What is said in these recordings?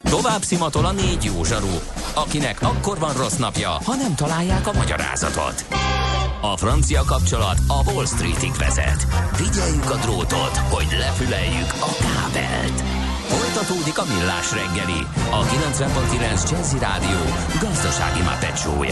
Tovább szimatol a 4 jó zsaru, akinek akkor van rossz napja, ha nem találják a magyarázatot. A francia kapcsolat a Wall Streetig vezet. Figyeljük a drótot, hogy lefüleljük a kábelt. Folytatódik a Millás reggeli, a 90.9 Jazzy Rádió gazdasági mápecsója.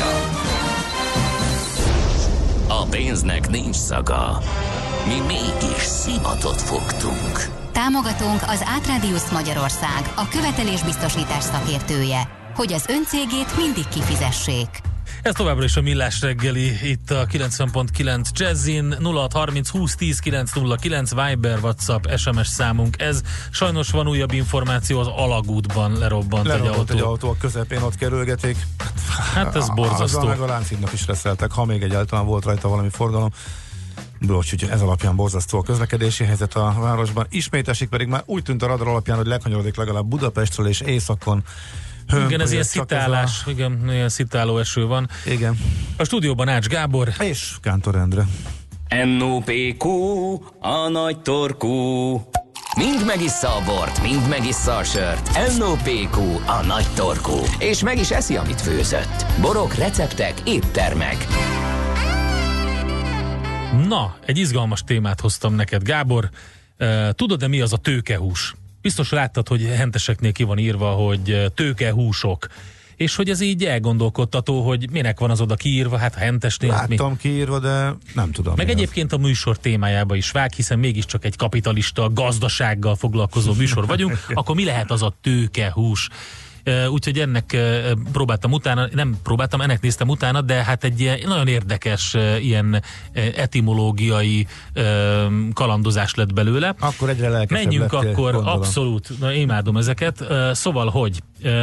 A pénznek nincs szaga. Mi mégis szimatot fogtunk. Támogatónk az Átradius Magyarország, a követelésbiztosítás szakértője, hogy az öncégét mindig kifizessék. Ez továbbra is a Millás reggeli, itt a 90.9 Jazzin, 0630 20 10 909 Viber, WhatsApp, SMS számunk ez. Sajnos van újabb információ, az Alagútban lerobbant egy autó. A közepén ott kerülgetik. Hát ez borzasztó. Azzal meg a Lánchídnak is reszeltek, ha még egyáltalán volt rajta valami forgalom. Úgyhogy ez alapján borzasztó a közlekedési helyzet a városban. Ismét esik, pedig már úgy tűnt a radar alapján, hogy lekanyarodik legalább Budapestről és északon. Igen, ez ilyen szitálás, igen, ilyen szitáló eső van. Igen. A stúdióban Ács Gábor és Kántor Endre. NOPQ, a nagy torkú. Mind megissza a bort, mind megissza a sört. NOPQ, a nagy torkú. És meg is eszi, amit főzött. Borok, receptek, éttermek. Na, egy izgalmas témát hoztam neked, Gábor. Tudod-e, mi az a tőkehús? Biztos láttad, hogy henteseknél ki van írva, hogy tőkehúsok. És hogy ez így elgondolkodtató, hogy minek van az oda kiírva, hát a hentesnél. Láttam kiírva, de nem tudom. Meg egyébként a műsor témájába is vág, hiszen mégiscsak egy kapitalista, gazdasággal foglalkozó műsor vagyunk, akkor mi lehet az a tőkehús? Úgyhogy ennek ennek néztem utána, de hát egy ilyen nagyon érdekes ilyen etimológiai kalandozás lett belőle. Akkor egyre lelkesebb menjünk lettél, akkor, gondolom. abszolút, imádom ezeket. Szóval, hogy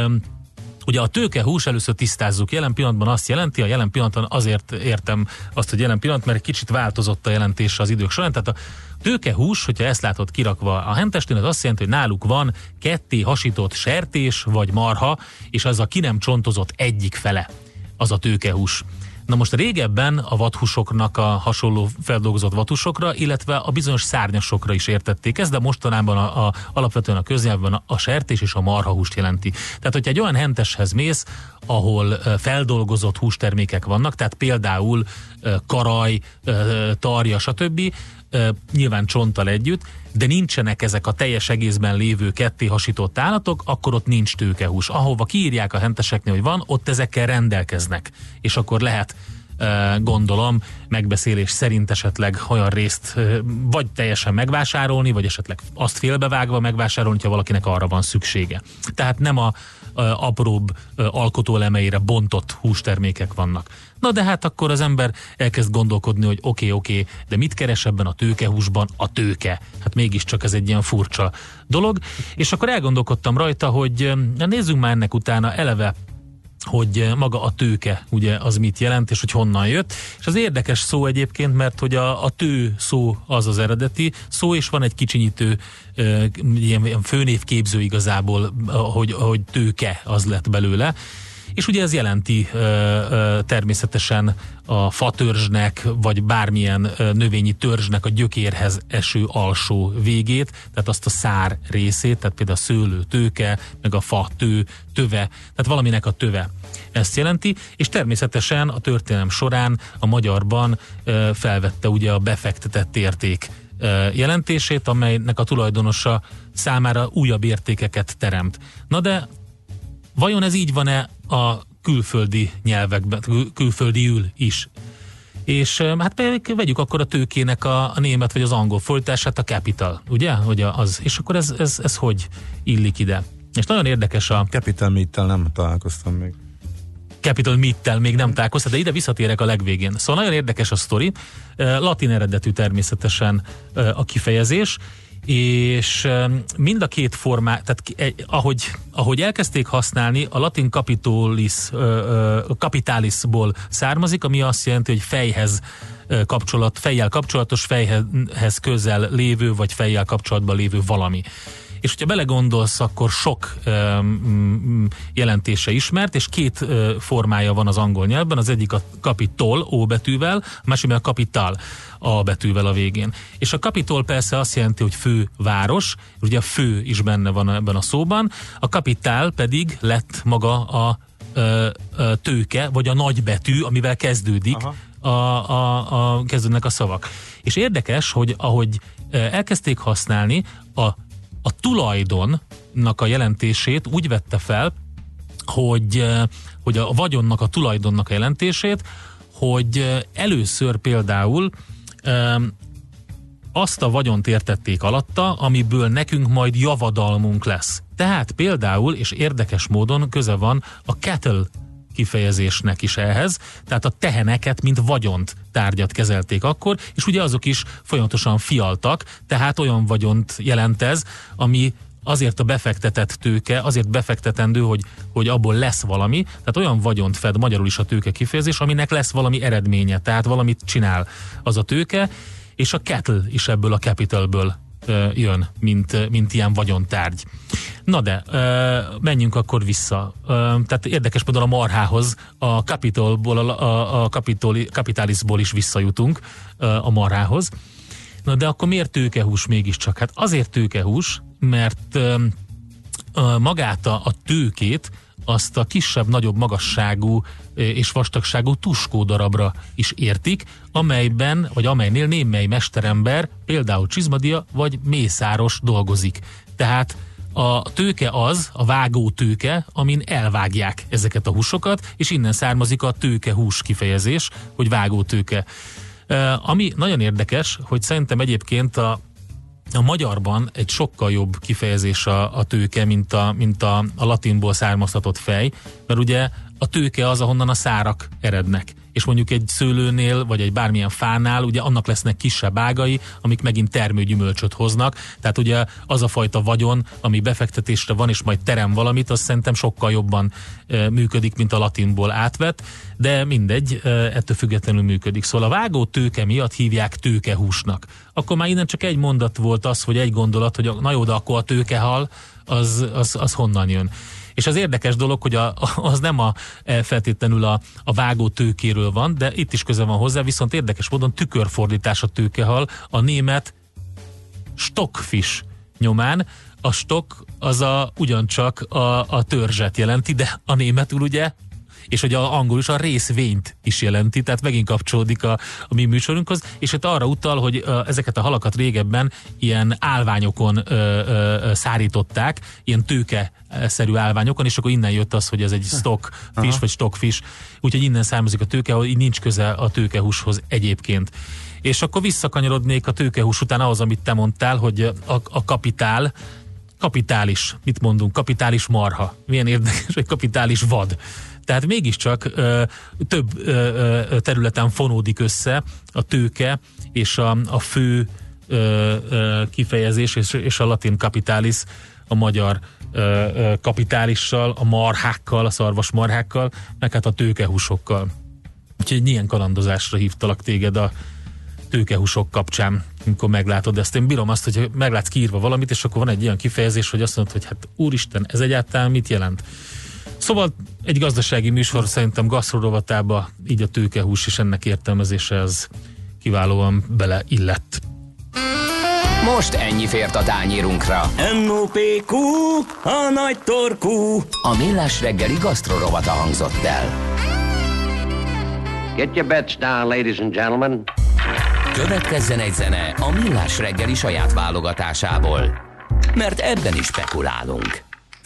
ugye a tőkehús, először tisztázzuk, jelen pillanatban azt jelenti, a jelen pillanatban azért értem azt, hogy jelen pillanat, mert kicsit változott a jelentése az idők során, tehát a tőkehús, hogyha ezt látod kirakva a hentesnél, az azt jelenti, hogy náluk van ketté hasított sertés vagy marha, és az a ki nem csontozott egyik fele, az a tőkehús. Na most régebben a vathúsoknak a hasonló feldolgozott vathúsokra, illetve a bizonyos szárnyasokra is értették ezt, de mostanában alapvetően a köznyelvben a sertés és a marhahúst jelenti. Tehát, hogyha egy olyan henteshez mész, ahol feldolgozott hústermékek vannak, tehát például karaj, tarja, stb., nyilván csonttal együtt, de nincsenek ezek a teljes egészben lévő ketté hasított állatok, akkor ott nincs tőkehús. Ahova kiírják a henteseknél, hogy van, ott ezekkel rendelkeznek. És akkor lehet, gondolom, megbeszélés szerint esetleg olyan részt vagy teljesen megvásárolni, vagy esetleg azt félbevágva megvásárolni, ha valakinek arra van szüksége. Tehát nem a apróbb alkotóelemeire bontott hústermékek vannak. Na de hát akkor az ember elkezd gondolkodni, hogy oké, de mit keres ebben a tőkehúsban a tőke? Hát mégiscsak ez egy ilyen furcsa dolog. És akkor elgondolkodtam rajta, hogy nézzünk már ennek utána eleve, hogy maga a tőke, ugye, az mit jelent, és hogy honnan jött. És az érdekes szó egyébként, mert hogy a tő szó az eredeti szó, és van egy kicsinyítő ilyen főnévképző igazából, hogy tőke az lett belőle. És ugye ez jelenti természetesen a fatörzsnek, vagy bármilyen növényi törzsnek a gyökérhez eső alsó végét, tehát azt a szár részét, tehát például a szőlő tőke, meg a fa töve, tehát valaminek a töve. Ezt jelenti, és természetesen a történelem során a magyarban felvette ugye a befektetett érték jelentését, amelynek a tulajdonosa számára újabb értékeket teremt. Na de vajon ez így van-e a külföldi nyelvekben, külföldiül is? És hát vegyük akkor a tőkének a német vagy az angol fordítását, a capital, ugye? Hogy az. És akkor ez hogy illik ide? És nagyon érdekes a... Capital Meat-tel nem találkoztam még. Capital Meat-tel még nem találkoztam, de ide visszatérek a legvégén. Szóval nagyon érdekes a sztori. Latin eredetű természetesen a kifejezés, és mind a két formá, tehát ahogy elkezdték használni, a latin capitalisból származik, ami azt jelenti, hogy fejjel kapcsolatos, fejhez közel lévő, vagy fejjel kapcsolatban lévő valami. és hogyha belegondolsz, akkor sok jelentése ismert, és két formája van az angol nyelvben, az egyik a Capitol O betűvel, a másik a Capital A betűvel a végén. És a Capitol persze azt jelenti, hogy főváros, ugye a fő is benne van ebben a szóban, a Capital pedig lett maga a tőke, vagy a nagybetű, amivel kezdődik kezdődnek a szavak. És érdekes, hogy ahogy elkezdték használni, a tulajdonnak a jelentését úgy vette fel, hogy a vagyonnak, a tulajdonnak a jelentését, hogy először például azt a vagyont értették alatta, amiből nekünk majd javadalmunk lesz. Tehát például, és érdekes módon köze van a cattle kifejezésnek is ehhez, tehát a teheneket, mint vagyont tárgyat kezelték akkor, és ugye azok is folyamatosan fialtak, tehát olyan vagyont jelent ez, ami azért a befektetett tőke, azért befektetendő, hogy abból lesz valami, tehát olyan vagyont fed magyarul is a tőke kifejezés, aminek lesz valami eredménye, tehát valamit csinál az a tőke, és a cattle is ebből a capitalből jön, mint ilyen vagyontárgy. Na de, menjünk akkor vissza. Tehát érdekes módon a marhához, a Capitolból, a Capitalisból is visszajutunk a marhához. Na de akkor miért tőkehús mégiscsak? Hát azért tőkehús, mert magát a tőkét azt a kisebb-nagyobb magasságú és vastagságú tuskódarabra is értik, amelyben, vagy amelynél némely mesterember, például csizmadia vagy mészáros dolgozik. Tehát a tőke az, a vágó tőke, amin elvágják ezeket a húsokat, és innen származik a tőkehús kifejezés, hogy vágó tőke. Ami nagyon érdekes, hogy szerintem egyébként a magyarban egy sokkal jobb kifejezés a tőke, mint a latinból származtatott fej, mert ugye a tőke az, ahonnan a szárak erednek. És mondjuk egy szőlőnél, vagy egy bármilyen fánál, ugye annak lesznek kisebb ágai, amik megint termőgyümölcsöt hoznak. Tehát ugye az a fajta vagyon, ami befektetésre van, és majd terem valamit, az szerintem sokkal jobban működik, mint a latinból átvett, de mindegy, ettől függetlenül működik. Szóval a vágó tőke miatt hívják tőkehúsnak. Akkor már innen csak egy mondat volt az, hogy egy gondolat, hogy na jó, de akkor a tőkehal, az honnan jön. És az érdekes dolog, hogy az nem feltétlenül a vágó tőkéről van, de itt is köze van hozzá, viszont érdekes módon tükörfordítás a tőkehal, a német stockfish nyomán. A stock az ugyancsak a törzset jelenti, de a németül ugye, és hogy a angol is a részvényt is jelenti, tehát megint kapcsolódik a mi műsorunkhoz, és itt arra utal, hogy ezeket a halakat régebben ilyen állványokon szárították, ilyen tőke-szerű állványokon, és akkor innen jött az, hogy ez egy stockfish, vagy stockfish, úgyhogy innen származik a tőke, ahol így nincs köze a tőkehúshoz egyébként. És akkor visszakanyarodnék a tőkehús után ahhoz, amit te mondtál, hogy a kapitális, mit mondunk, kapitális marha. Milyen érdekes, hogy kapitális vad. Tehát mégiscsak több területen fonódik össze a tőke és a fő kifejezés és a latin capitalis, a magyar kapitálissal, a marhákkal, a szarvasmarhákkal, meg hát a tőkehúsokkal. Úgyhogy ilyen kalandozásra hívtalak téged a tőkehúsok kapcsán, amikor meglátod ezt. Én bírom azt, hogy meglátsz kiírva valamit, és akkor van egy ilyen kifejezés, hogy azt mondod, hogy hát úristen, ez egyáltalán mit jelent? Szóval egy gazdasági műsor szerintem gasztrorovatába így a tőkehús és ennek értelmezése az kiválóan beleillett. Most ennyi fért a tányérunkra. M.O.P.Q. a nagy torkú. A Millás reggeli gasztrorovata hangzott el. Get your bets down, ladies and gentlemen. Következzen egy zene a Millás reggeli saját válogatásából, mert ebben is spekulálunk.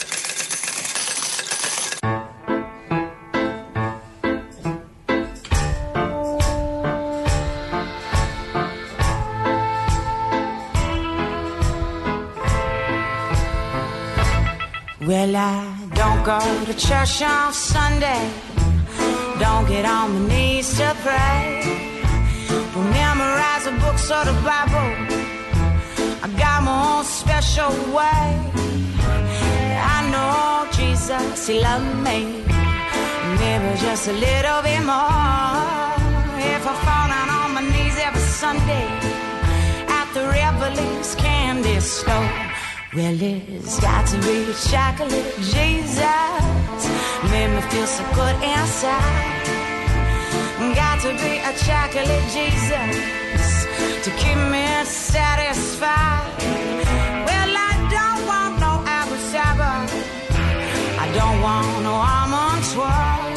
Well, I don't go to church on Sunday, don't get on my knees to pray, don't memorize the books or the Bible, I got my own special way. I know Jesus, He loved me, maybe just a little bit more. If I fall down on my knees every Sunday at the Revelings candy store, Well, it's got to be chocolate Jesus, made me feel so good inside. Got to be a chocolate Jesus to keep me satisfied. Well, I don't want no apple cider, I don't want no almond swirl.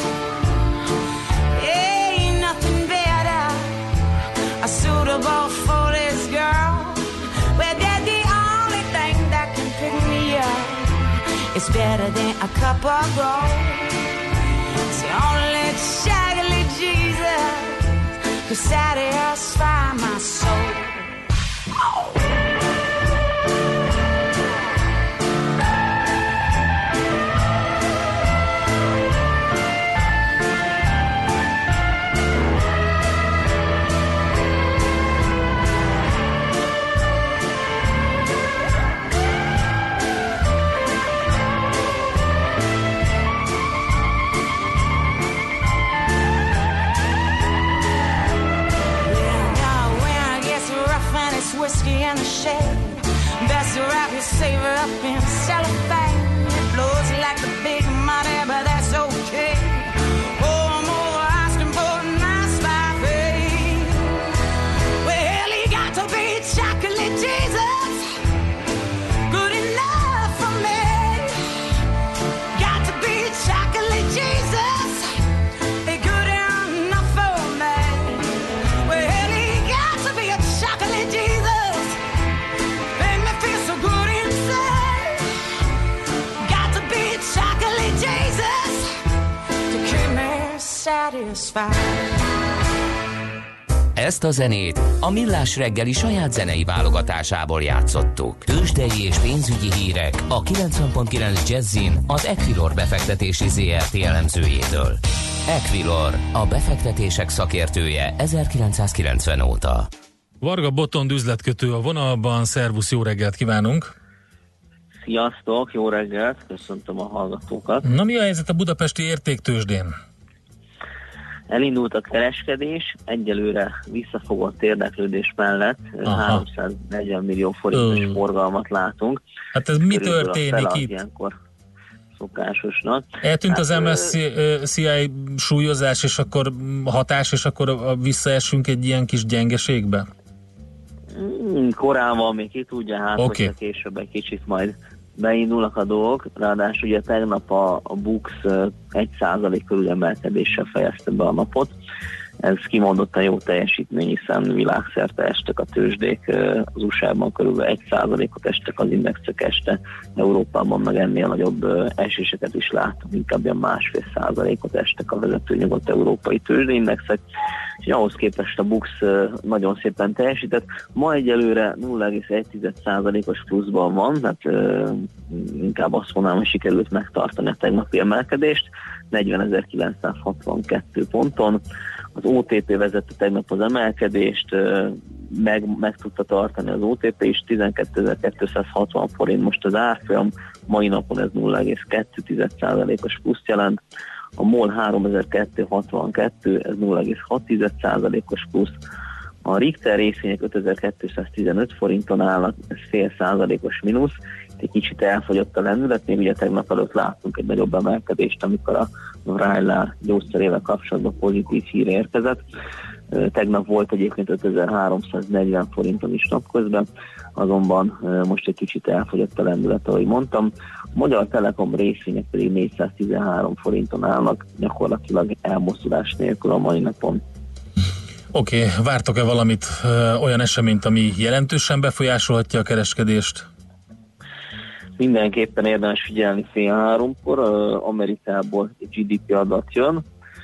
Ain't nothing better suitable for this girl. Well, they're the only thing that can pick me up. It's better than a cup of gold. It's the only chocolate Jesus could satisfy my soul. Oh. Whiskey in the shade, best to wrap your savor up in cellophane. It blows like the big money, but that's okay. Oh, I'm over asking for a nice buffet. Well, you got to be chocolate Jesus, good enough for me. Got to be chocolate Jesus, good enough for me. Well, you got to be a chocolate Jesus. Ezt a zenét a Millás reggeli saját zenei válogatásából játszottuk. Tőzsdei és pénzügyi hírek a 90.9 Jazzin az Equilor befektetési ZRT elemzőjétől. Equilor, a befektetések szakértője 1990 óta. Varga Botond üzletkötő a vonalban, szervusz, jó reggelt kívánunk! Sziasztok, jó reggelt, köszöntöm a hallgatókat. Na, mi a helyzet a budapesti értéktőzsdén? Elindult a kereskedés, egyelőre visszafogott érdeklődés mellett 340 millió forintos forgalmat látunk. Hát ez mi történik itt? Ilyenkor szokásosnak. Eltűnt az MSCI súlyozás, és akkor hatás, és akkor visszaesünk egy ilyen kis gyengeségbe? Korán van, még ki tudja, hát hogyha később egy kicsit majd beindulnak a dolgok, ráadásul ugye tegnap a Bux 1% körül emelkedéssel fejezte be a napot. Ez kimondottan jó teljesítmény, hiszen világszerte estek a tőzsdék, az USA-ban körülbelül 1%-ot estek az indexek este, Európában meg ennél nagyobb eséseket is láttunk, inkább ilyen 1,5%-ot estek a vezető nyugat-európai tőzsdeindexek, és ahhoz képest a Bux nagyon szépen teljesített. Ma egyelőre 0,1%-os pluszban van, tehát inkább azt mondanám, hogy sikerült megtartani a tegnapi emelkedést, 40.962 ponton. Az OTP vezette tegnap az emelkedést, meg tudta tartani az OTP is, 12.260 forint most az árfolyam, mai napon ez 0,2%-os pluszt jelent. A MOL 3.262, ez 0,6%-os plusz. A Richter részvények 5.215 forinton állnak, ez fél százalékos mínusz. Egy kicsit elfogyott a lendület, még ugye tegnap előtt láttunk egy nagyobb emelkedést, amikor a Vraylar gyógyszerével kapcsolatban pozitív hír érkezett. Tegnap volt egyébként 5340 forinton is napközben, azonban most egy kicsit elfogyott a lendület, ahogy mondtam. A Magyar Telekom részvények pedig 413 forinton állnak, gyakorlatilag elmozdulás nélkül a mai napon. Oké, vártok-e valamit, olyan eseményt, ami jelentősen befolyásolhatja a kereskedést? Mindenképpen érdemes figyelni fél 3-kor, Amerikából GDP adat jön,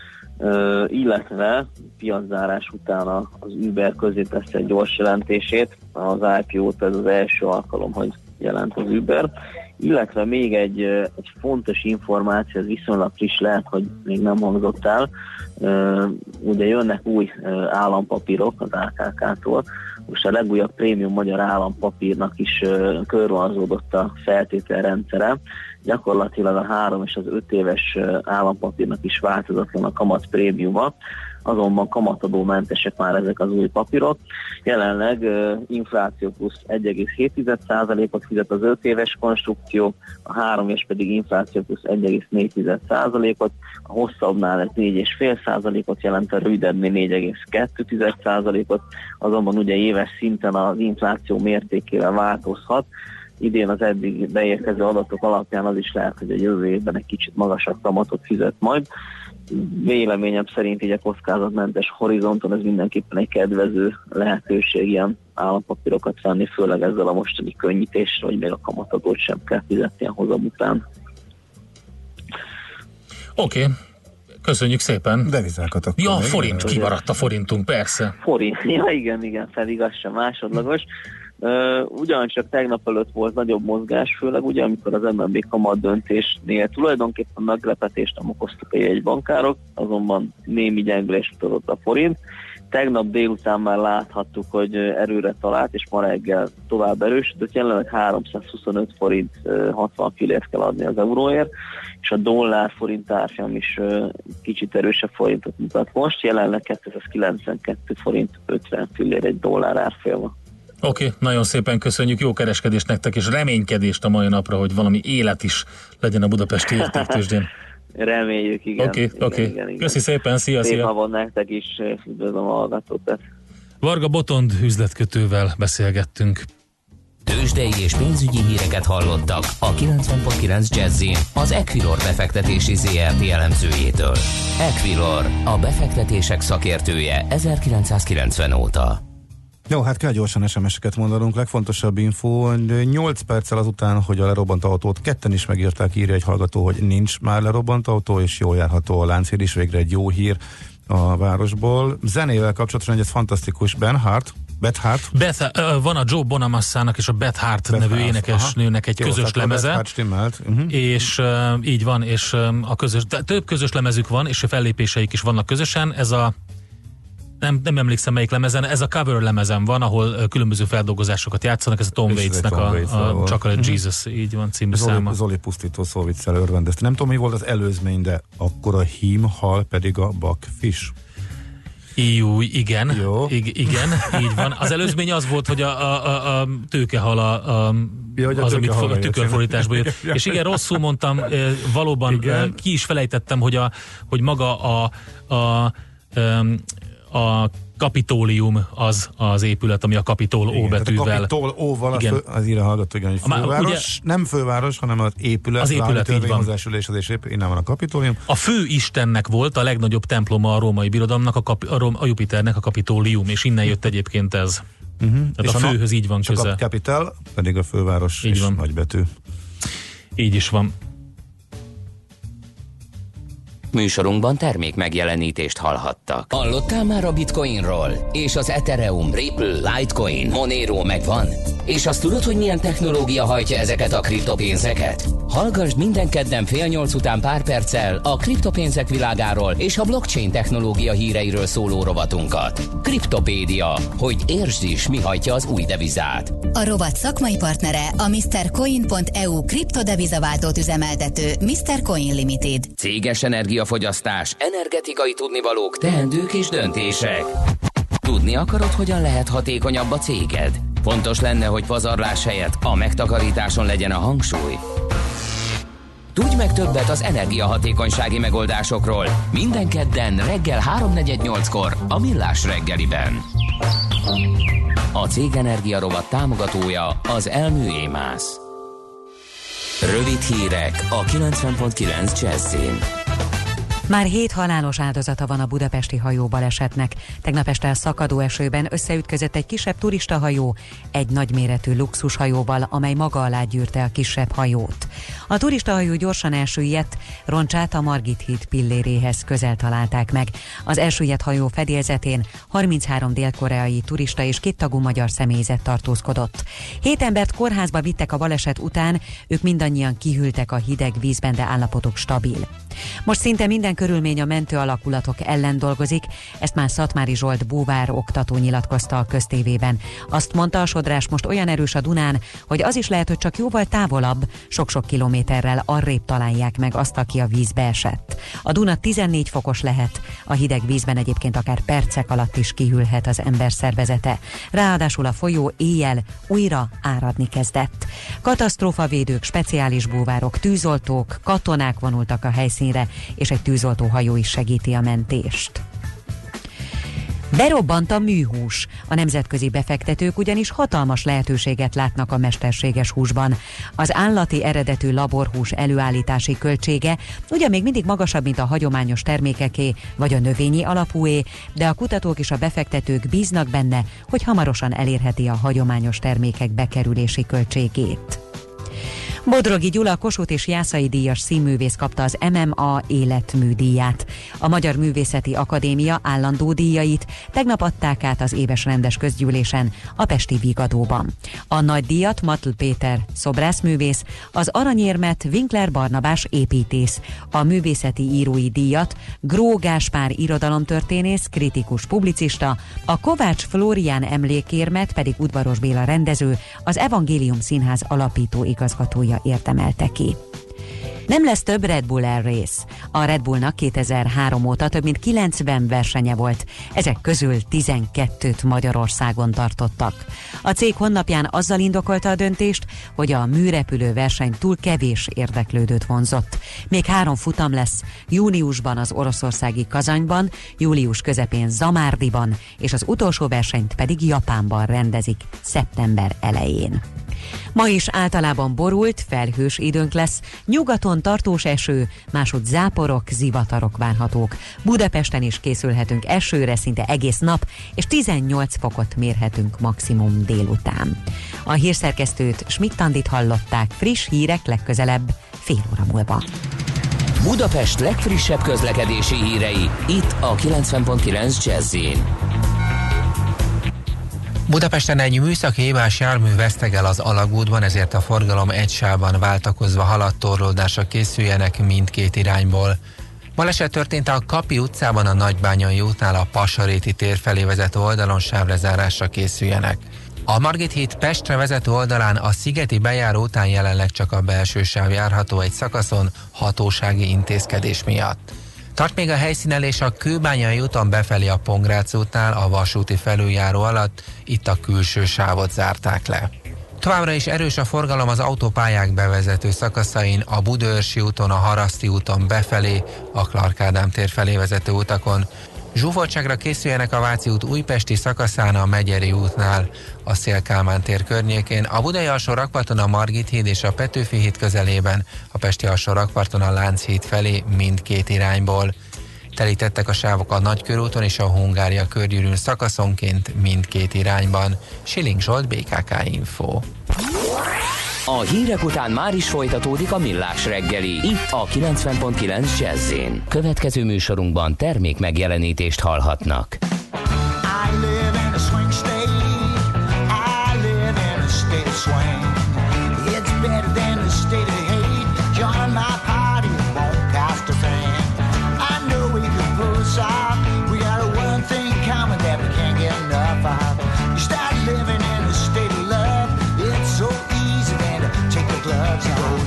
illetve piaczárás után az Uber közé tesz egy gyors jelentését, az IPO-t ez az első alkalom, hogy jelent az Uber, illetve még egy fontos információ, ez viszonylag friss, lehet, hogy még nem hangzott el, ugye jönnek új állampapírok az AKK-tól, Most a legújabb prémium magyar állampapírnak is körvonalazódott a feltételrendszere. Gyakorlatilag a 3 és az 5 éves állampapírnak is változatlan a kamat prémiuma, azonban kamatadómentesek már ezek az új papírok. Jelenleg infláció plusz 1,7%-ot fizet az 5 éves konstrukció, a 3 éves pedig infláció plusz 1,4%-ot, a hosszabbnál ez 4,5%-ot jelent, a rövidebbnél 4,2%-ot, azonban ugye éves szinten az infláció mértékével változhat. Idén az eddig beérkező adatok alapján az is lehet, hogy a jövő évben egy kicsit magasabb kamatot fizet majd. Véleményem szerint így a kockázatmentes horizonton ez mindenképpen egy kedvező lehetőség ilyen állampapírokat venni, főleg ezzel a mostani könnyítéssel, hogy még a kamatadót sem kell fizetni a hozam után. Oké. Köszönjük szépen. Devizákat akkor. Ja, forint, kimaradt a forintunk, persze. Forint, ja igen, pedig az sem másodlagos. Ugyancsak tegnap előtt volt nagyobb mozgás, főleg ugye, amikor az MNB kamat döntésnél tulajdonképpen meglepetést nem okoztak a jegybankárok, azonban némi gyengülést mutatott a forint. Tegnap délután már láthattuk, hogy erőre talált, és ma reggel tovább erősödött, jelenleg 325 forint 60 fillért kell adni az euróért, és a dollár forint árfolyam is kicsit erősebb forintot mutat most, jelenleg 292 forint 50 fillér egy dollár árfolyama. Oké, nagyon szépen köszönjük, jó kereskedést nektek, és reménykedést a mai napra, hogy valami élet is legyen a budapesti értéktőzsdén. Reméljük, igen. Oké. Köszi szépen, szia. Szép napot nektek is, üdvözlöm a hallgatókat. Varga Botond üzletkötővel beszélgettünk. Tőzsdei és pénzügyi híreket hallottak a 90.9 Jazzin az Equilor befektetési ZRT elemzőjétől. Equilor, a befektetések szakértője 1990 óta. Jó, hát kell gyorsan SMS-eket mondanunk. Legfontosabb info, 8 perccel azután, hogy a lerobbant autót ketten is megírták, írja egy hallgató, hogy nincs már lerobbant autó, és jól járható a Lánchíd is, végre egy jó hír a városból. Zenével kapcsolatban egy fantasztikus Beth Hart. Van a Joe Bonamassának és a Beth Hart nevű énekesnőnek egy közös lemeze. És így van, és több közös lemezük van, és a fellépéseik is vannak közösen. Ez a nem emlékszem melyik lemezen, ez a cover lemezen van, ahol különböző feldolgozásokat játszanak, ez a Tom Waits-nek a Chocolate Jesus, így van című száma. Zoli pusztító szóviccel örvendezte. Nem tudom, mi volt az előzmény, de akkor a hím, hal pedig a bakfish. Igen, igen, így van. Az előzmény az volt, hogy a tőkehal az, amit a tükörfordításból jött. És igen, rosszul mondtam, valóban ki is felejtettem, hogy maga a Kapitólium az épület, ami a Kapitol O betűvel. A Kapitol O-val az írja hallgató, igen, hogy főváros, ugye, nem főváros, hanem az épület. Az épület, így van. Innen van a Kapitólium. A fő istennek volt a legnagyobb temploma a római birodalomnak, a Jupiternek a Kapitólium, és innen jött egyébként ez. Tehát és a főhöz így van közel. Csak a Capital, pedig a főváros így és van. Nagybetű. Így is van. Műsorunkban termék megjelenítést hallhattak. Hallottál már a Bitcoinról? És az Ethereum, Ripple, Litecoin, Monero megvan? És azt tudod, hogy milyen technológia hajtja ezeket a kriptopénzeket? Hallgassd minden kedden 7:30 után pár perccel a kriptopénzek világáról és a blockchain technológia híreiről szóló rovatunkat. Kriptopédia, hogy értsd is, mi hajtja az új devizát. A rovat szakmai partnere a MrCoin.eu kriptodevizaváltót üzemeltető Mr. Coin Limited. Céges energiafogyasztás, energetikai tudnivalók, teendők és döntések. Tudni akarod, hogyan lehet hatékonyabb a céged? Fontos lenne, hogy pazarlás helyett a megtakarításon legyen a hangsúly. Tudj meg többet az energiahatékonysági megoldásokról minden kedden reggel 3:48-kor a Millás reggeliben. A Cég Energia rovat támogatója az Elmű Émász. Rövid hírek a 90.9 Jazzin. Már 7 halálos áldozata van a budapesti hajóbalesetnek. Tegnap este szakadó esőben összeütközött egy kisebb turistahajó egy nagyméretű luxushajóval, amely maga alá gyűrte a kisebb hajót. A turistahajó gyorsan elsüllyedt, roncsát a Margit híd pilléréhez közel találták meg. Az elsüllyedt hajó fedélzetén 33 dél-koreai turista és 2 tagú magyar személyzet tartózkodott. 7 embert kórházba vittek a baleset után, ők mindannyian kihűltek a hideg vízben, de állapotuk stabil. Most szinte minden körülmény a mentő alakulatok ellen dolgozik, ezt már Szatmári Zsolt búvár oktató nyilatkozta a Köztévében. Azt mondta, a sodrás most olyan erős a Dunán, hogy az is lehet, hogy csak jóval távolabb, sok-sok kilométerrel arrébb találják meg azt, aki a vízbe esett. A Duna 14 fokos lehet, a hideg vízben egyébként akár percek alatt is kihűlhet az ember szervezete. Ráadásul a folyó éjjel újra áradni kezdett. Katasztrófavédők, speciális búvárok, tűzoltók, katonák vonultak a helyszínre, és egy tűzoltóhajó is segíti a mentést. Berobbant a műhús. A nemzetközi befektetők ugyanis hatalmas lehetőséget látnak a mesterséges húsban. Az állati eredetű laborhús előállítási költsége ugyan még mindig magasabb, mint a hagyományos termékeké vagy a növényi alapúé, de a kutatók és a befektetők bíznak benne, hogy hamarosan elérheti a hagyományos termékek bekerülési költségét. Bodrogi Gyula, Kossuth és Jászai díjas színművész kapta az MMA életműdíját. A Magyar Művészeti Akadémia állandó díjait tegnap adták át az éves rendes közgyűlésen a pesti Vigadóban. A nagy díjat Matl Péter szobrászművész, az aranyérmet Winkler Barnabás építész, a művészeti írói díjat Gró Gáspár irodalomtörténész, kritikus publicista, a Kovács Flórián emlékérmet pedig Udvaros Béla rendező, az Evangélium Színház alapító igazgatója érdemelte ki. Nem lesz több Red Bull Air Race. A Red Bullnak 2003 óta több mint 90 versenye volt, ezek közül 12-t Magyarországon tartottak. A cég honlapján azzal indokolta a döntést, hogy a műrepülő verseny túl kevés érdeklődőt vonzott. Még 3 futam lesz, júniusban az oroszországi Kazanyban, július közepén Zamárdiban, és az utolsó versenyt pedig Japánban rendezik szeptember elején. Ma is általában borult, felhős időnk lesz, nyugaton tartós eső, máshogy záporok, zivatarok várhatók. Budapesten is készülhetünk esőre szinte egész nap, és 18 fokot mérhetünk maximum délután. A hírszerkesztőt, Schmidt-Tandit hallották, friss hírek legközelebb fél óra múlva. Budapest legfrissebb közlekedési hírei, itt a 90.9 Jazz-in. Budapesten egy műszaki hibás jármű vesztegel az alagútban, ezért a forgalom egy sávban váltakozva haladt, torlódásra készüljenek mindkét irányból. Baleset történt a Kapi utcában, a Nagybányai útnál, a Passaréti tér felé vezető oldalon, sávlezárásra készüljenek. A Margit híd Pestre vezető oldalán a Szigeti bejáró után jelenleg csak a belső sáv járható egy szakaszon hatósági intézkedés miatt. Tart még a helyszínelés a Kőbányai úton befelé a Pongrác útnál, a vasúti felüljáró alatt, itt a külső sávot zárták le. Továbbra is erős a forgalom az autópályák bevezető szakaszain, a Budaörsi úton, a Haraszti úton befelé, a Clark Ádám tér felé vezető utakon. Zsúfoltságra készüljenek a Váci út újpesti szakaszán, a Megyeri útnál, a Széll-Kálmán tér környékén, a Budai alsó rakparton a Margit híd és a Petőfi híd közelében, a Pesti alsó rakparton a Lánchíd felé mindkét irányból. Telítettek a sávok a Nagykörúton és a Hungária körgyűrűn szakaszonként mindkét irányban. Siling Zsolt, BKK Info. A hírek után már is folytatódik a Millás reggeli, itt a 90.9 Jazz-in. Következő műsorunkban termék megjelenítést hallhatnak. I live in a swing state. I live in a state of swing. It's better than the state of hate. Join my party, it won't cost a thing. I know we can pull this off. We got one thing common that we can't get enough of. You start living in a state of love. It's so easy then to take the gloves off.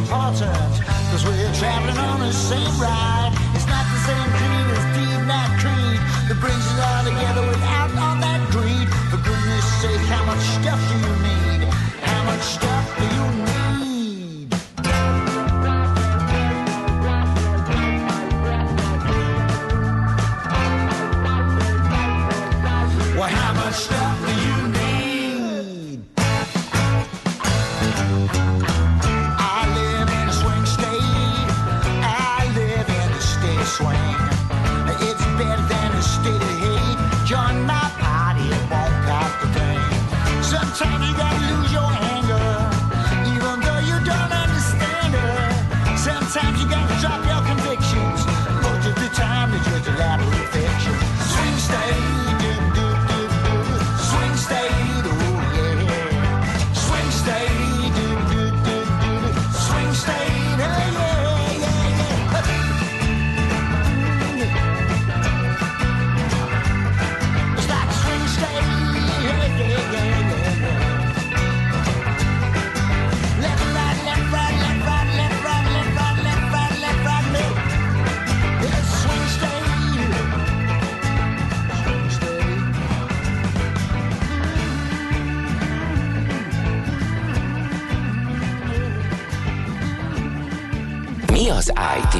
important, cause we're traveling on the same ride. It's not the same creed as deed, not creed, that brings us all together without all that greed. For goodness sake, how much stuff do you need? How much stuff do you need? Well, how much stuff do you need? I live in a swing state. I live in a state of swing. It's better than a state of hate. Join my party, it won't cost a thing. Sometimes you gotta lose your anger, even though you don't understand her. Sometimes you gotta drop your convictions. Most of the time it's just a lot of fiction. Swing state. Swing state, oh yeah. Swing state, swing state, oh yeah, yeah, yeah. It's like swing state, yeah, yeah, yeah, yeah. Left, right, left, right, left, right, left, right, left, right, left, right, left, right, left. It's swing state. Mi az IT?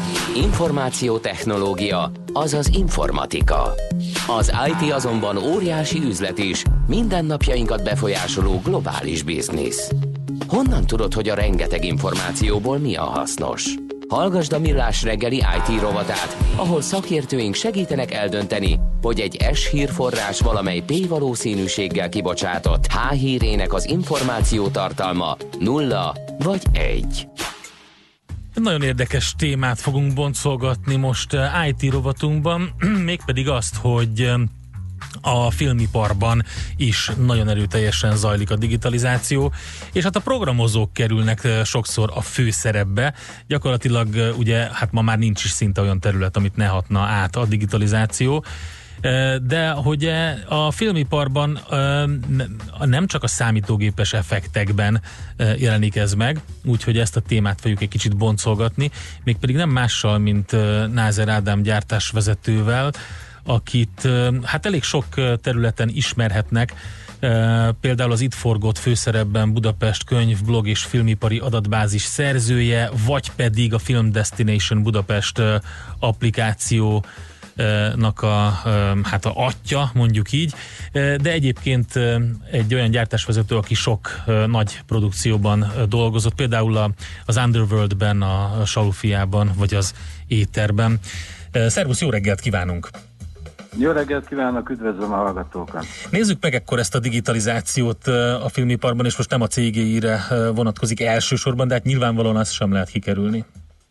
Információtechnológia, azaz informatika. Az IT azonban óriási üzlet is, mindennapjainkat befolyásoló globális biznisz. Honnan tudod, hogy a rengeteg információból mi a hasznos? Hallgasd a Millás reggeli IT rovatát, ahol szakértőink segítenek eldönteni, hogy egy S hírforrás valamely P valószínűséggel kibocsátott H hírének az információ tartalma 0 vagy 1. Nagyon érdekes témát fogunk boncolgatni most IT rovatunkban, mégpedig azt, hogy a filmiparban is nagyon erőteljesen zajlik a digitalizáció, és hát a programozók kerülnek sokszor a főszerepbe. Gyakorlatilag ugye hát ma már nincs is szinte olyan terület, amit ne hatna át a digitalizáció. De hogy a filmiparban nem csak a számítógépes effektekben jelenik ez meg, úgyhogy ezt a témát fogjuk egy kicsit boncolgatni, mégpedig nem mással, mint Názer Ádám gyártásvezetővel, akit hát elég sok területen ismerhetnek, például az itt forgott főszerepben Budapest könyv, blog és filmipari adatbázis szerzője, vagy pedig a Film Destination Budapest applikáció hát a atya, mondjuk így, de egyébként egy olyan gyártásvezető, aki sok nagy produkcióban dolgozott, például az Underworldben, a Salufiában, vagy az Éterben. Szervusz, jó reggelt kívánunk! Jó reggelt kívánok, üdvözlöm a hallgatókat! Nézzük meg ekkor ezt a digitalizációt a filmiparban, és most nem a CGI-re vonatkozik elsősorban, de hát nyilvánvalóan azt sem lehet kikerülni.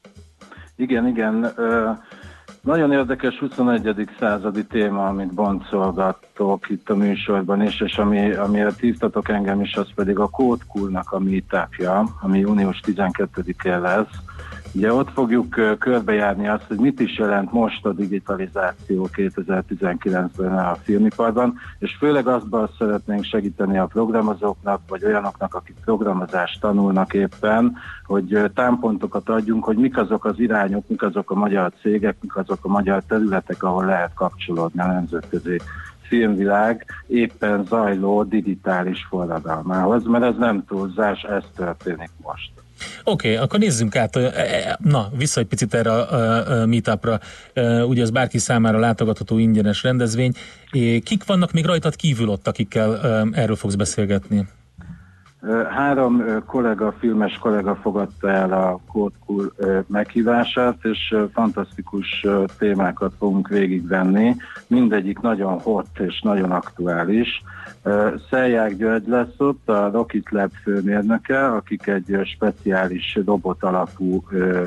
Igen. Nagyon érdekes 21. századi téma, amit boncolgattok itt a műsorban is, és amire hívtatok engem is, az pedig a Code Cool-nak a meetupja, ami június 12-én lesz. Ugye ott fogjuk körbejárni azt, hogy mit is jelent most a digitalizáció 2019-ben a filmiparban, és főleg azban szeretnénk segíteni a programozóknak, vagy olyanoknak, akik programozást tanulnak éppen, hogy támpontokat adjunk, hogy mik azok az irányok, mik azok a magyar cégek, mik azok a magyar területek, ahol lehet kapcsolódni a nemzetközi filmvilág éppen zajló digitális forradalmához, mert ez nem túlzás, ez történik most. Oké, akkor nézzünk át, vissza egy picit erre a meetupra, ugye ez bárki számára látogatható ingyenes rendezvény. Kik vannak még rajtad kívül ott, akikkel erről fogsz beszélgetni? 3 filmes kollega fogadta el a Code Cool meghívását, és fantasztikus témákat fogunk végigvenni. Mindegyik nagyon hot és nagyon aktuális. Szelják György lesz ott, a Rocket Lab főmérnöke, akik egy speciális robot alapú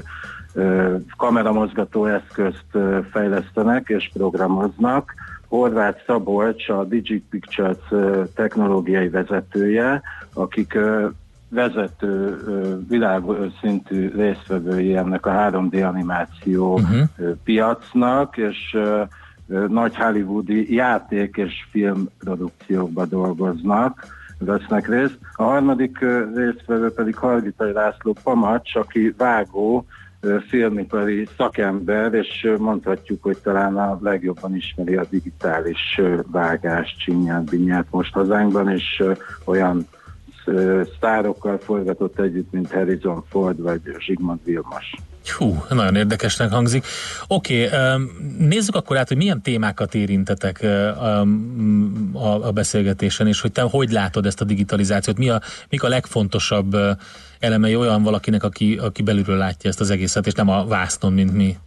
kameramozgató eszközt fejlesztenek és programoznak. Horváth Szabolcs, a Digit Pictures technológiai vezetője, akik vezető világszintű résztvevői ennek a 3D animáció piacnak, és nagy hollywoodi játék és filmprodukciókban dolgoznak. vesznek részt. A harmadik résztvevő pedig Hargitai László Pamacs, aki vágó, filmipari szakember, és mondhatjuk, hogy talán a legjobban ismeri a digitális vágást, csinyát, binyát most hazánkban, és olyan sztárokkal forgatott együtt, mint Harrison Ford vagy Zsigmond Vilmos. Hú, nagyon érdekesnek hangzik. Oké, nézzük akkor át, hogy milyen témákat érintetek a beszélgetésen, és hogy te hogy látod ezt a digitalizációt, mik a legfontosabb elemei olyan valakinek, aki belülről látja ezt az egészet, és nem a vásznon, mint mi?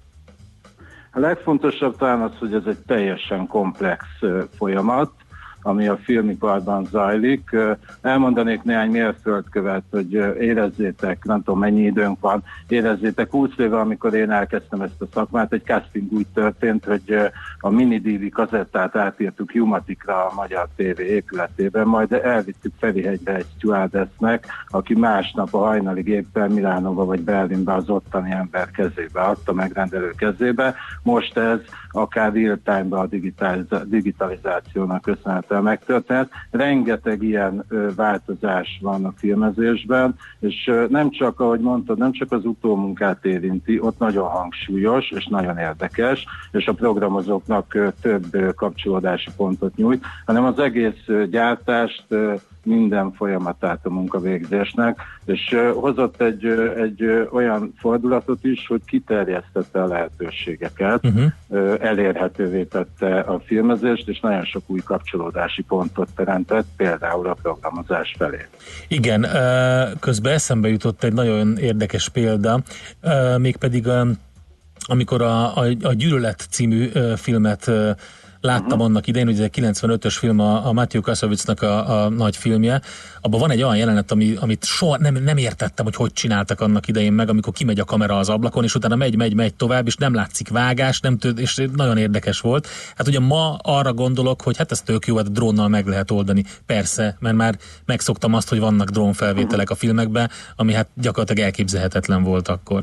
A legfontosabb talán az, hogy ez egy teljesen komplex folyamat, ami a filmiparban zajlik. Elmondanék néhány mérföldkövet, hogy érezzétek, nem tudom mennyi időnk van, érezzétek 20 éve, amikor én elkezdtem ezt a szakmát, egy casting úgy történt, hogy a mini-DV kazettát átírtuk Humaticra a Magyar TV épületében, majd elvittük Ferihegyre egy stewardessnek, aki másnap a hajnalig éppen Milánóba vagy Berlinbe az ottani ember kezébe adta, megrendelő kezébe. Most ez akár real-time-ba a digitalizációnak köszönhetően megtörtént. Rengeteg ilyen változás van a filmezésben, és nem csak, ahogy mondtad, nem csak az utómunkát érinti, ott nagyon hangsúlyos és nagyon érdekes, és a programozóknak több kapcsolódási pontot nyújt, hanem az egész gyártást, minden folyamatát a munkavégzésnek, és hozott egy olyan fordulatot is, hogy kiterjesztette a lehetőségeket, elérhetővé tette a filmezést, és nagyon sok új kapcsolódási pontot teremtett, például a programozás felé. Igen, közben eszembe jutott egy nagyon érdekes példa, mégpedig amikor a Gyűlölet című filmet láttam annak idején, hogy ez egy 95-ös film, a Matthew Kassovicnak a nagy filmje. Abban van egy olyan jelenet, amit soha nem értettem, hogy csináltak annak idején meg, amikor kimegy a kamera az ablakon, és utána megy tovább, és nem látszik vágás, és nagyon érdekes volt. Hát ugye ma arra gondolok, hogy hát ez tök jó, hát drónnal meg lehet oldani. Persze, mert már megszoktam azt, hogy vannak drónfelvételek a filmekben, ami hát gyakorlatilag elképzelhetetlen volt akkor.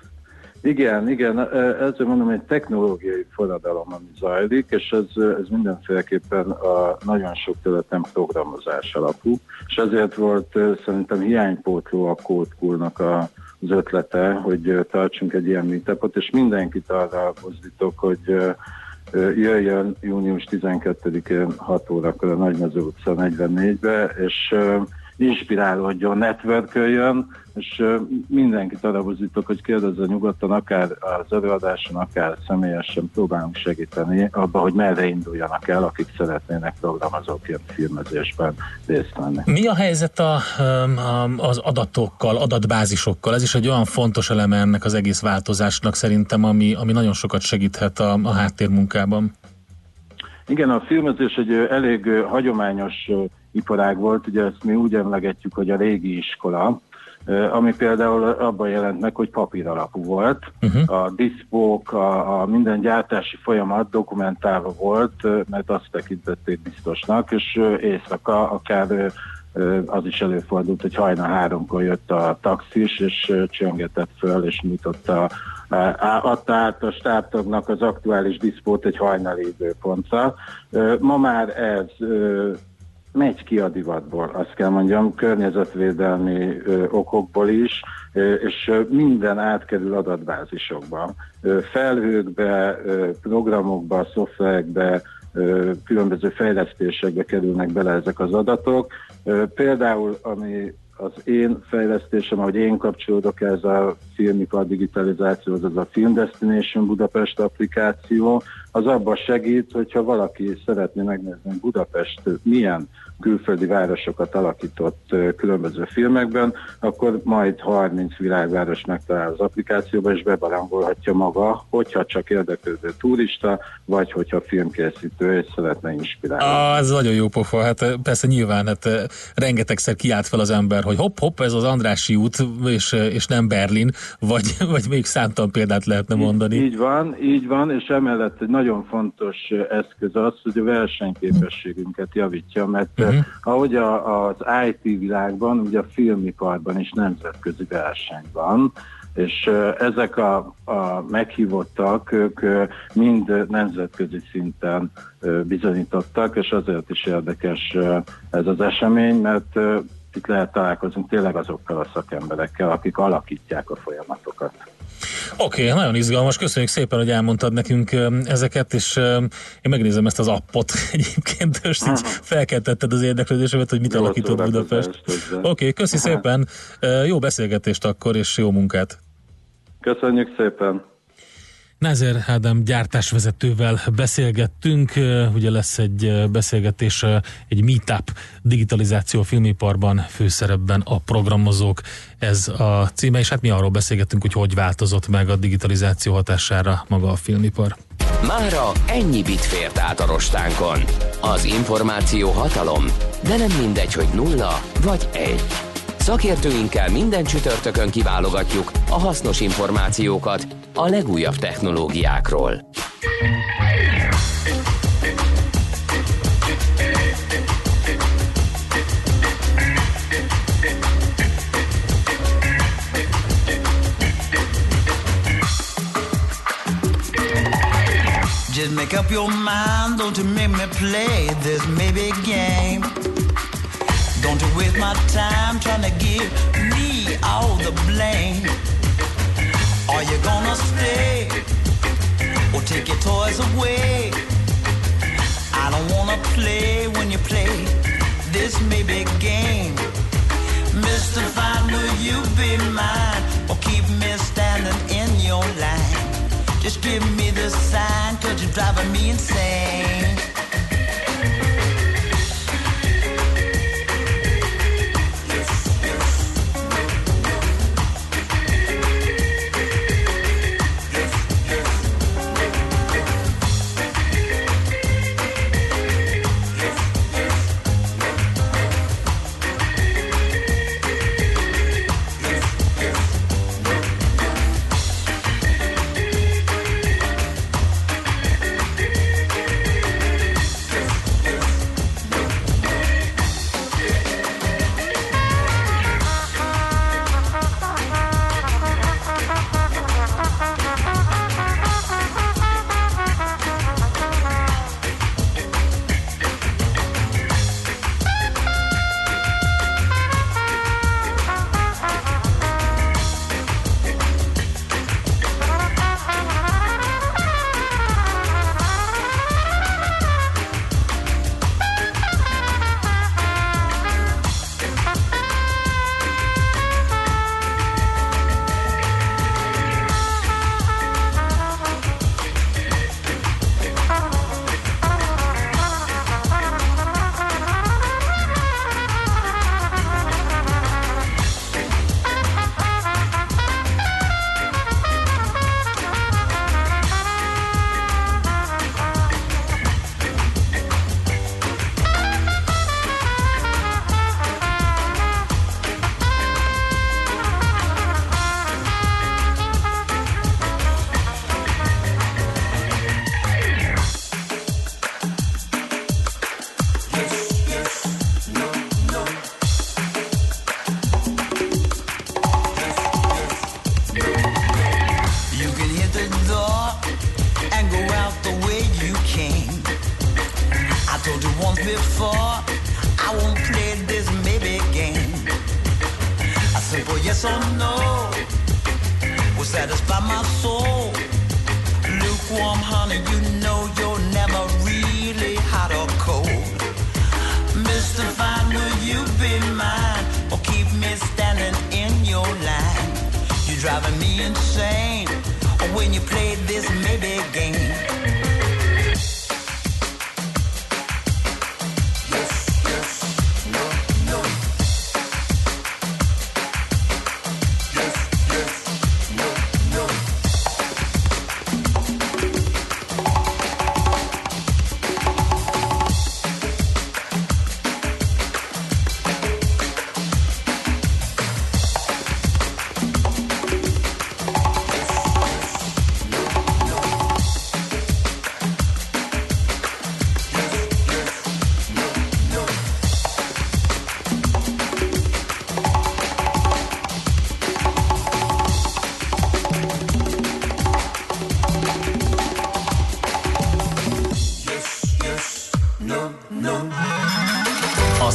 Igen, ezzel mondom, egy technológiai forradalom, ami zajlik, és ez mindenféleképpen a nagyon sok területen programozás alapú, és ezért volt szerintem hiánypótló a Code Cool-nak az ötlete, hogy tartsunk egy ilyen meetupot, és mindenkit arra mozdítok, hogy jöjjön június 12-én 6 órakor a Nagymező utca 44-be, és inspirálódjon, networköljön, és mindenkit arra buzdítok, hogy kérdezze nyugodtan, akár az előadáson, akár személyesen próbálunk segíteni abban, hogy merre induljanak el, akik szeretnének programozóként filmezésben részt venni. Mi a helyzet az adatokkal, adatbázisokkal? Ez is egy olyan fontos eleme ennek az egész változásnak szerintem, ami nagyon sokat segíthet a háttérmunkában. Igen, a filmezés egy elég hagyományos iparág volt, ugye ezt mi úgy emlegetjük, hogy a régi iskola, ami például abban jelent meg, hogy papír alapú volt. A diszpók, a minden gyártási folyamat dokumentálva volt, mert azt tekintették biztosnak, és éjszaka akár az is előfordult, hogy hajnal 3-kor jött a taxis, és csöngetett föl, és nyújtotta, adta át a stábtagnak az aktuális diszpót egy hajnali időpontra. Ma már ez megy ki a divatból, azt kell mondjam, környezetvédelmi okokból is, és minden átkerül adatbázisokba. Felhőkbe, programokba, szoftverekbe, különböző fejlesztésekbe kerülnek bele ezek az adatok. Például, ami az én fejlesztésem, ahogy én kapcsolódok ez a filmipar digitalizációhoz, az a Film Destination Budapest applikáció, az abban segít, hogyha valaki szeretné megnézni, hogy Budapest milyen külföldi városokat alakított különböző filmekben, akkor majd 30 világváros megtalál az applikációba, és bebarangolhatja maga, hogyha csak érdeklődő turista, vagy hogyha filmkészítő, és szeretne inspirálni. Ez nagyon jó pofa, hát persze nyilván, hát rengetegszer kiállt fel az ember, hogy hopp, ez az Andrássy út, és nem Berlin, vagy még számtalan példát lehetne mondani. Így van, és emellett egy nagyon fontos eszköz az, hogy a versenyképességünket javítja, mert ahogy az IT világban, ugye a filmiparban is nemzetközi verseny van, És ezek a meghívottak, ők mind nemzetközi szinten bizonyítottak, és azért is érdekes ez az esemény, mert itt lehet találkozni tényleg azokkal a szakemberekkel, akik alakítják a folyamatokat. Oké, nagyon izgalmas, köszönjük szépen, hogy elmondtad nekünk ezeket, és én megnézem ezt az appot egyébként, és így felkeltetted az érdeklődésemet, hogy mit alakított Budapest. Oké, köszi szépen, jó beszélgetést akkor, és jó munkát! Köszönjük szépen! Názer Ádám gyártásvezetővel beszélgettünk, ugye lesz egy beszélgetés, egy meetup, digitalizáció a filmiparban, főszerepben a programozók, ez a címe, és hát mi arról beszélgettünk, hogy változott meg a digitalizáció hatására maga a filmipar. Mára ennyi bit fért át a rostánkon. Az információ hatalom, de nem mindegy, hogy 0 vagy 1. Szakértőinkkel minden csütörtökön kiválogatjuk a hasznos információkat a legújabb technológiákról. Just make up your mind, don't you make me play this maybe game. Don't you waste my time trying to give me all the blame. Are you gonna stay or take your toys away? I don't wanna play when you play this maybe game. Mr. Fine, will you be mine or keep me standing in your line? Just give me the sign, 'cause you're driving me insane.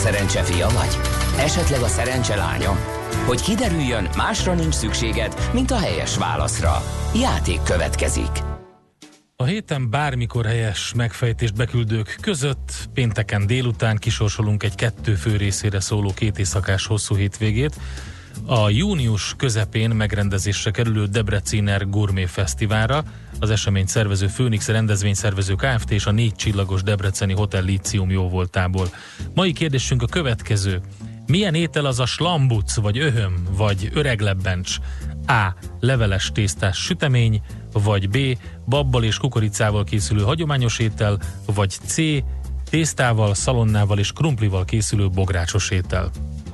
szerencse fia vagy? Esetleg a szerencse lánya? Hogy kiderüljön, másra nincs szükséged, mint a helyes válaszra. Játék következik. A héten bármikor helyes megfejtést beküldők között pénteken délután kisorsolunk egy 2 fő részére szóló 2 éjszakás hosszú hétvégét. A június közepén megrendezésre kerülő Debreciner Gourmet Fesztiválra, az eseményt szervező Phoenix rendezvényszervező Kft. És a 4 csillagos debreceni Hotel Lícium jóvoltából. Mai kérdésünk a következő. Milyen étel az a slambuc, vagy öhöm, vagy öreglebbencs? A. Leveles tésztás sütemény, vagy B. Babbal és kukoricával készülő hagyományos étel, vagy C. Tésztával, szalonnával és krumplival készülő bográcsos étel.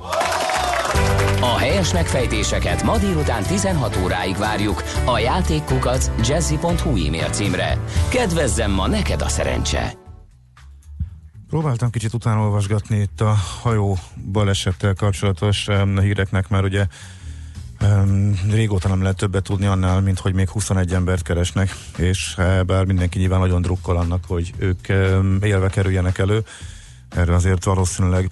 A helyes megfejtéseket ma délután 16 óráig várjuk a játékkukac@jazzy.hu e-mail címre. Kedvezzem ma neked a szerencse! Próbáltam kicsit utánolvasgatni itt a hajó balesettel kapcsolatos híreknek, mert ugye régóta nem lehet többet tudni annál, mint hogy még 21 embert keresnek, és bár mindenki nyilván nagyon drukkol annak, hogy ők élve kerüljenek elő, erre azért valószínűleg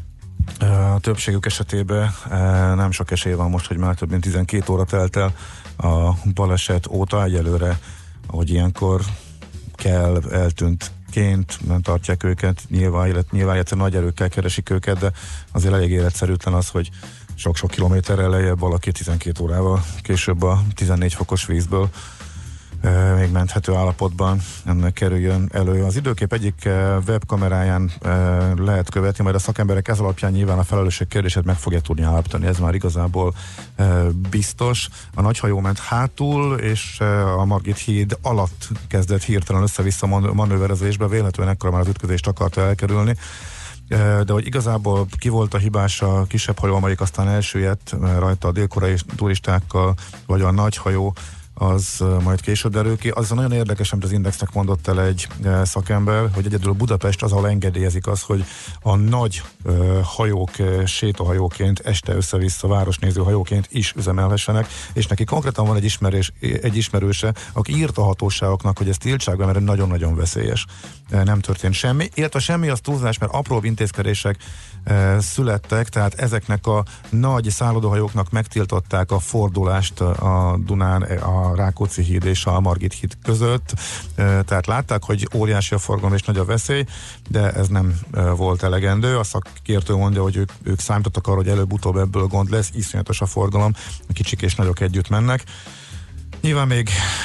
a többségük esetében nem sok esély van most, hogy már több mint 12 óra telt el a baleset óta. Egyelőre, ahogy ilyenkor kell, eltűntként nem tartják őket, nyilván nagy erőkkel keresik őket, de azért elég életszerűtlen az, hogy sok-sok kilométerrel lejjebb valaki 12 órával később a 14 fokos vízből még menthető állapotban ennek kerüljön elő. Az Időkép egyik webkameráján lehet követni, majd a szakemberek ez alapján nyilván a felelősség kérdését meg fogja tudni állapítani, ez már igazából biztos. A nagyhajó ment hátul, és a Margit híd alatt kezdett hirtelen össze-vissza manőverezésbe, véletlenül ekkora már az ütközést akarta elkerülni. De hogy igazából ki volt a hibás, a kisebb hajó, amelyik aztán elsüllyedt rajta a dél-koreai turistákkal, vagy a nagy hajó, az majd később derül ki. Az nagyon érdekes, amit az Indexnek mondott el egy szakember, hogy egyedül Budapest az, ahol engedélyezik az, hogy a nagy hajók sétahajóként, este össze-vissza városnéző hajóként is üzemelhessenek, és neki konkrétan van egy ismerőse, aki írt a hatóságoknak, hogy ez tiltsák be, mert nagyon-nagyon veszélyes. Nem történt semmi, illetve semmi az túlzás, mert apróbb intézkedések születtek, tehát ezeknek a nagy szállodóhajóknak megtiltották a fordulást a Dunán, a Rákóczi híd és a Margit híd között, tehát látták, hogy óriási a forgalom és nagy a veszély, de ez nem volt elegendő. A szakértő mondja, hogy ők számítottak arra, hogy előbb-utóbb ebből gond lesz, iszonyatos a forgalom, a kicsik és nagyok együtt mennek. Nyilván még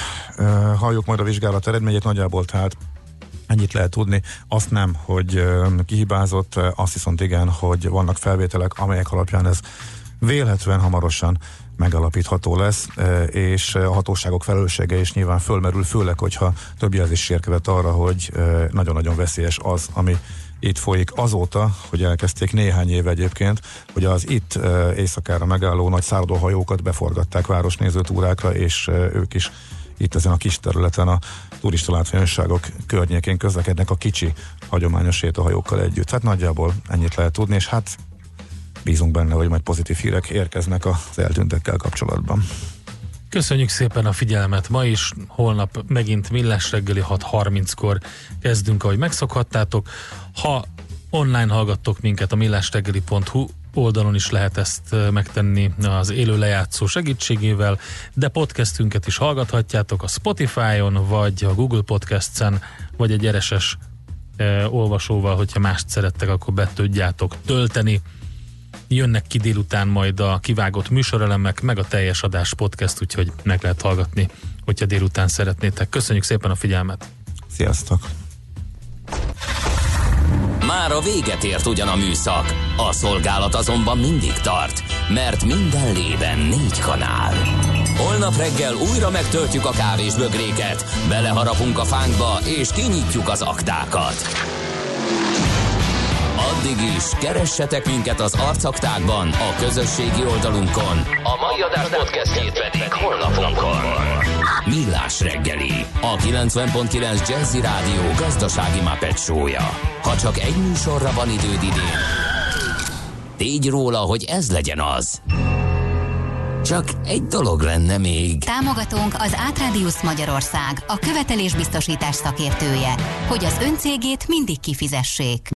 halljuk majd a vizsgálat eredményét, nagyjából tehát ennyit lehet tudni, azt nem, hogy kihibázott, azt viszont igen, hogy vannak felvételek, amelyek alapján ez vélhetően hamarosan megalapítható lesz, és a hatóságok felelőssége is nyilván fölmerül, főleg, hogyha több jelzés érkezett arra, hogy nagyon-nagyon veszélyes az, ami itt folyik azóta, hogy elkezdték néhány év egyébként, hogy az itt éjszakára megálló nagy szállodóhajókat beforgatták városnéző túrákra, és ők is itt ezen a kis területen a turista látványosságok környékén közlekednek a kicsi hagyományos sétahajókkal együtt. Hát nagyjából ennyit lehet tudni, és hát bízunk benne, hogy majd pozitív hírek érkeznek az eltűntekkel kapcsolatban. Köszönjük szépen a figyelmet ma is, holnap megint Millás reggeli 6:30-kor kezdünk, ahogy megszokhattátok. Ha online hallgattok minket, a millásreggeli.hu oldalon is lehet ezt megtenni az élő lejátszó segítségével, de podcastünket is hallgathatjátok a Spotify-on, vagy a Google Podcasts-en, vagy egy RSS olvasóval, hogyha mást szerettek, akkor be tudjátok tölteni. Jönnek ki délután majd a kivágott műsorelemek, meg a teljes adás podcast, úgyhogy meg lehet hallgatni, hogyha délután szeretnétek. Köszönjük szépen a figyelmet! Sziasztok! Már a véget ért ugyan a műszak, a szolgálat azonban mindig tart, mert minden lében 4 kanál. Holnap reggel újra megtöltjük a kávésbögréket, beleharapunk a fánkba és kinyitjuk az aktákat. Addig is keressetek minket az arcaktákban, a közösségi oldalunkon, a mai adás podcastjét pedig honlapunkon. Millás reggeli, a 90.9 Jazzy Rádió gazdasági Muppet show-ja. Ha csak egy műsorra van időd idén, tégy róla, hogy ez legyen az. Csak egy dolog lenne még. Támogatónk az Átradius Magyarország, a követelésbiztosítás szakértője, hogy az öncégét mindig kifizessék.